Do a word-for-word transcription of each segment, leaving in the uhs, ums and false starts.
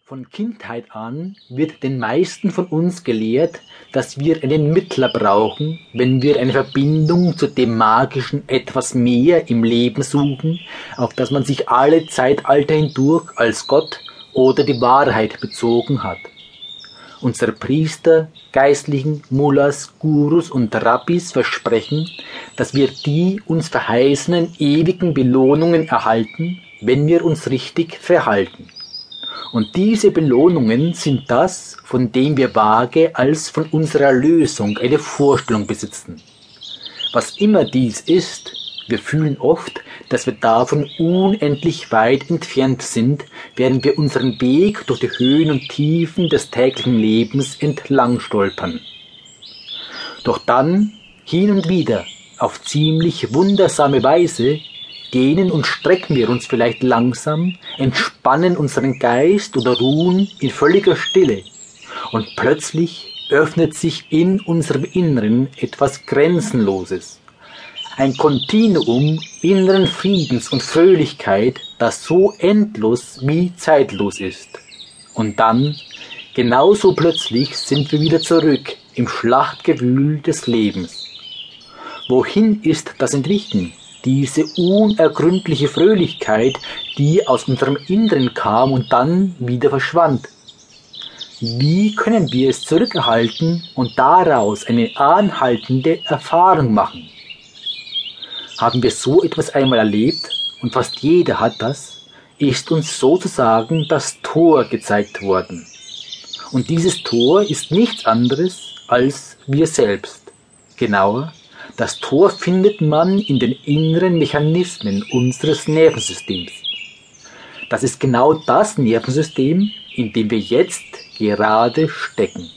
Von Kindheit an wird den meisten von uns gelehrt, dass wir einen Mittler brauchen, wenn wir eine Verbindung zu dem magischen Etwas mehr im Leben suchen, auf das man sich alle Zeitalter hindurch als Gott oder die Wahrheit bezogen hat. Unsere Priester, Geistlichen, Mullahs, Gurus und Rabbis versprechen, dass wir die uns verheißenen ewigen Belohnungen erhalten, wenn wir uns richtig verhalten. Und diese Belohnungen sind das, von dem wir vage als von unserer Erlösung eine Vorstellung besitzen. Was immer dies ist, wir fühlen oft, dass wir davon unendlich weit entfernt sind, während wir unseren Weg durch die Höhen und Tiefen des täglichen Lebens entlang stolpern. Doch dann, hin und wieder, auf ziemlich wundersame Weise, dehnen und strecken wir uns vielleicht langsam, entspannen unseren Geist oder ruhen in völliger Stille. Und plötzlich öffnet sich in unserem Inneren etwas Grenzenloses. Ein Kontinuum inneren Friedens und Fröhlichkeit, das so endlos wie zeitlos ist. Und dann, genauso plötzlich, sind wir wieder zurück im Schlachtgewühl des Lebens. Wohin ist das Entwichen? Diese unergründliche Fröhlichkeit, die aus unserem Inneren kam und dann wieder verschwand. Wie können wir es zurückerhalten und daraus eine anhaltende Erfahrung machen? Haben wir so etwas einmal erlebt, und fast jeder hat das, ist uns sozusagen das Tor gezeigt worden. Und dieses Tor ist nichts anderes als wir selbst. Genauer, das Tor findet man in den inneren Mechanismen unseres Nervensystems. Das ist genau das Nervensystem, in dem wir jetzt gerade stecken.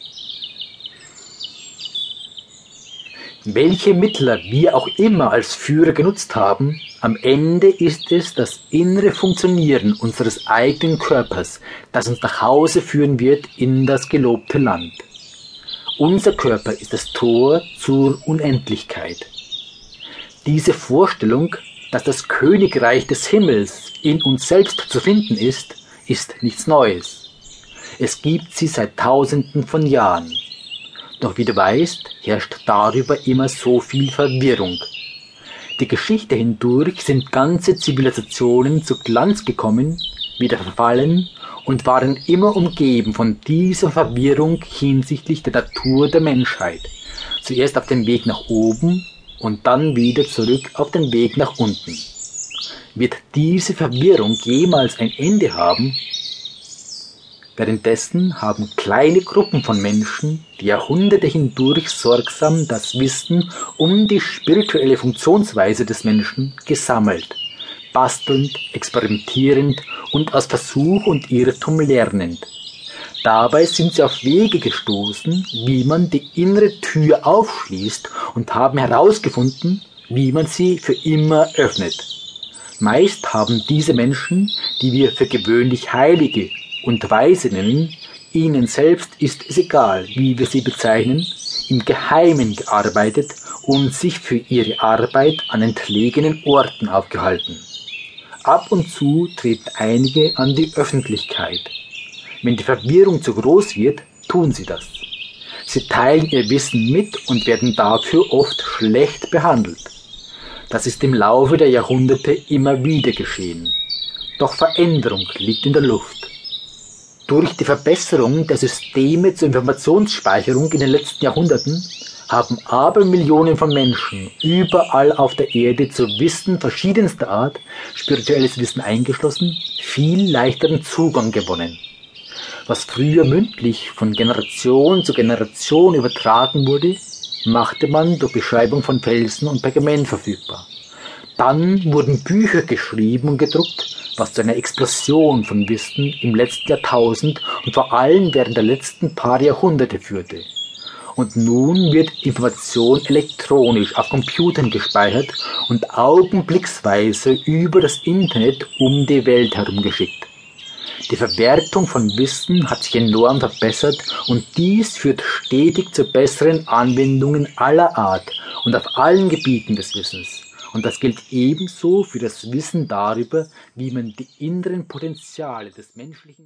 Welche Mittler wir auch immer als Führer genutzt haben, am Ende ist es das innere Funktionieren unseres eigenen Körpers, das uns nach Hause führen wird in das gelobte Land. Unser Körper ist das Tor zur Unendlichkeit. Diese Vorstellung, dass das Königreich des Himmels in uns selbst zu finden ist, ist nichts Neues. Es gibt sie seit Tausenden von Jahren. Doch wie du weißt, herrscht darüber immer so viel Verwirrung. Die Geschichte hindurch sind ganze Zivilisationen zu Glanz gekommen, wieder verfallen und waren immer umgeben von dieser Verwirrung hinsichtlich der Natur der Menschheit. Zuerst auf dem Weg nach oben und dann wieder zurück auf den Weg nach unten. Wird diese Verwirrung jemals ein Ende haben? Währenddessen haben kleine Gruppen von Menschen die Jahrhunderte hindurch sorgsam das Wissen um die spirituelle Funktionsweise des Menschen gesammelt, bastelnd, experimentierend und aus Versuch und Irrtum lernend. Dabei sind sie auf Wege gestoßen, wie man die innere Tür aufschließt und haben herausgefunden, wie man sie für immer öffnet. Meist haben diese Menschen, die wir für gewöhnlich Heilige und Weise nennen, ihnen selbst ist es egal, wie wir sie bezeichnen, im Geheimen gearbeitet und sich für ihre Arbeit an entlegenen Orten aufgehalten. Ab und zu treten einige an die Öffentlichkeit. Wenn die Verwirrung zu groß wird, tun sie das. Sie teilen ihr Wissen mit und werden dafür oft schlecht behandelt. Das ist im Laufe der Jahrhunderte immer wieder geschehen. Doch Veränderung liegt in der Luft. Durch die Verbesserung der Systeme zur Informationsspeicherung in den letzten Jahrhunderten haben Abermillionen von Menschen überall auf der Erde zu Wissen verschiedenster Art, spirituelles Wissen eingeschlossen, viel leichteren Zugang gewonnen. Was früher mündlich von Generation zu Generation übertragen wurde, machte man durch Beschreibung von Felsen und Pergament verfügbar. Dann wurden Bücher geschrieben und gedruckt, was zu einer Explosion von Wissen im letzten Jahrtausend und vor allem während der letzten paar Jahrhunderte führte. Und nun wird Information elektronisch auf Computern gespeichert und augenblicksweise über das Internet um die Welt herumgeschickt. Die Verwertung von Wissen hat sich enorm verbessert und dies führt stetig zu besseren Anwendungen aller Art und auf allen Gebieten des Wissens. Und das gilt ebenso für das Wissen darüber, wie man die inneren Potenziale des menschlichen